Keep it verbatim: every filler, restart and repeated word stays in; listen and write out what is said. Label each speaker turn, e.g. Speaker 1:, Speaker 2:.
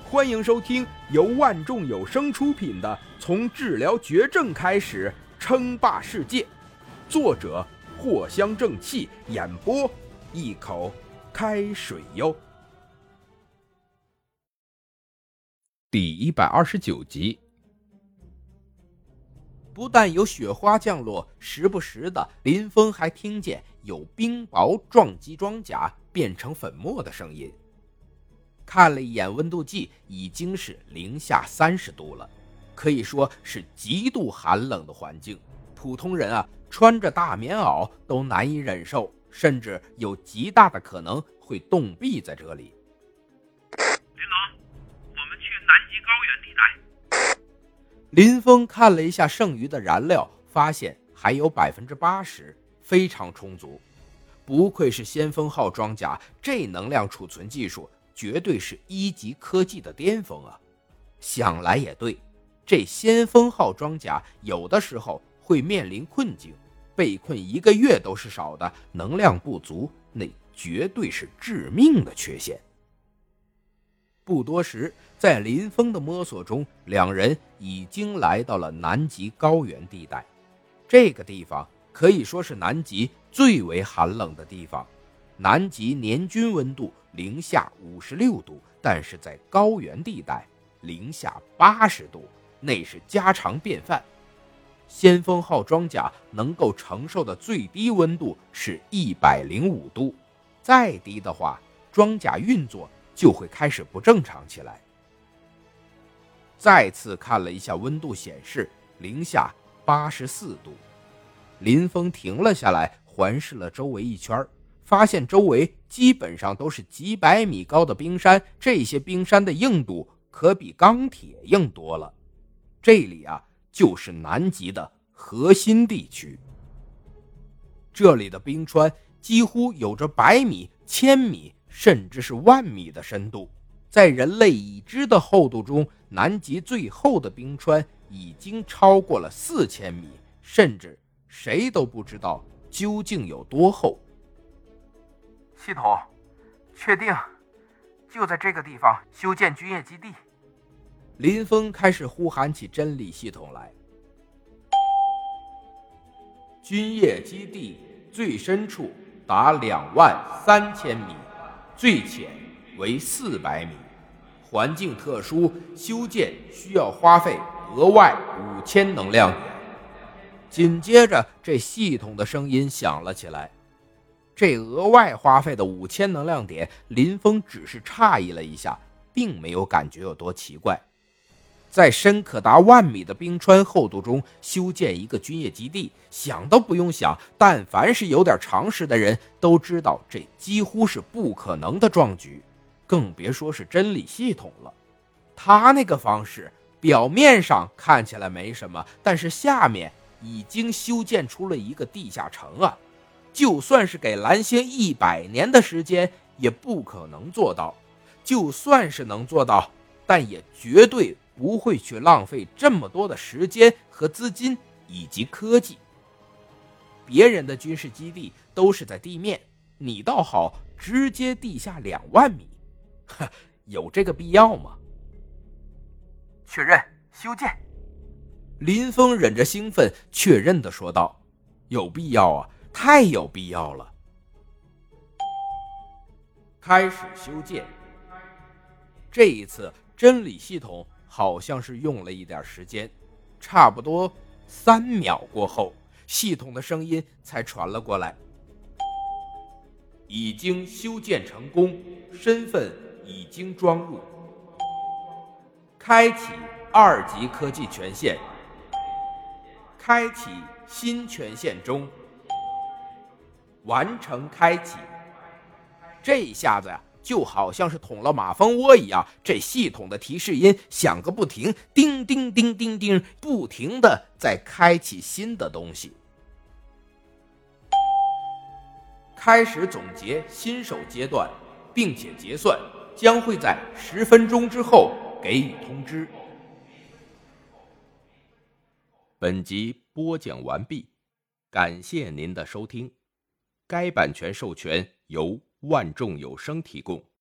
Speaker 1: 欢迎收听由万众有声出品的《从治疗绝症开始称霸世界》，作者藿香正气，演播一口开水哟。第一百二十九集。不但有雪花降落，时不时的林峰还听见有冰雹撞击装甲变成粉末的声音。看了一眼温度计，已经是零下三十度了，可以说是极度寒冷的环境。普通人啊，穿着大棉袄都难以忍受，甚至有极大的可能会冻毙在这里。
Speaker 2: 林总，我们去南极高原地带。
Speaker 1: 林峰看了一下剩余的燃料，发现还有 百分之八十， 非常充足。不愧是先锋号装甲，这能量储存技术绝对是一级科技的巅峰啊！想来也对，这先锋号装甲有的时候会面临困境，被困一个月都是少的，能量不足，那绝对是致命的缺陷。不多时，在林峰的摸索中，两人已经来到了南极高原地带。这个地方可以说是南极最为寒冷的地方，南极年均温度零下五十六度，但是在高原地带零下八十度，那是家常便饭。先锋号装甲能够承受的最低温度是一百零五度，再低的话，装甲运作就会开始不正常起来。再次看了一下温度显示，零下八十四度。林峰停了下来，环视了周围一圈，发现周围基本上都是几百米高的冰山，这些冰山的硬度可比钢铁硬多了。这里啊，就是南极的核心地区。这里的冰川几乎有着百米、千米甚至是万米的深度，在人类已知的厚度中，南极最厚的冰川已经超过了四千米，甚至谁都不知道究竟有多厚。
Speaker 2: 系统，确定就在这个地方修建军业基地。
Speaker 1: 林峰开始呼喊起真理系统来。军业基地最深处达两万三千米，最浅为四百米，环境特殊，修建需要花费额外五千能量点。紧接着，这系统的声音响了起来。这额外花费的五千能量点，林峰只是诧异了一下，并没有感觉有多奇怪。在深可达万米的冰川厚度中修建一个军业基地，想都不用想，但凡是有点常识的人都知道这几乎是不可能的壮举，更别说是真理系统了。他那个方式表面上看起来没什么，但是下面已经修建出了一个地下城啊！就算是给蓝星一百年的时间，也不可能做到。就算是能做到，但也绝对不会去浪费这么多的时间和资金以及科技。别人的军事基地都是在地面，你倒好，直接地下两万米，呵，有这个必要吗？
Speaker 2: 确认修建。
Speaker 1: 林峰忍着兴奋确认地说道：有必要啊，太有必要了。开始修建。这一次真理系统好像是用了一点时间，差不多三秒过后，系统的声音才传了过来。已经修建成功，身份已经装入，开启二级科技权限，开启新权限中，完成开启。这一下子呀，就好像是捅了马蜂窝一样，这系统的提示音响个不停，叮叮叮叮叮，不停的在开启新的东西。开始总结新手阶段，并且结算将会在十分钟之后给予通知。本集播讲完毕，感谢您的收听。该版权授权由万众有声提供。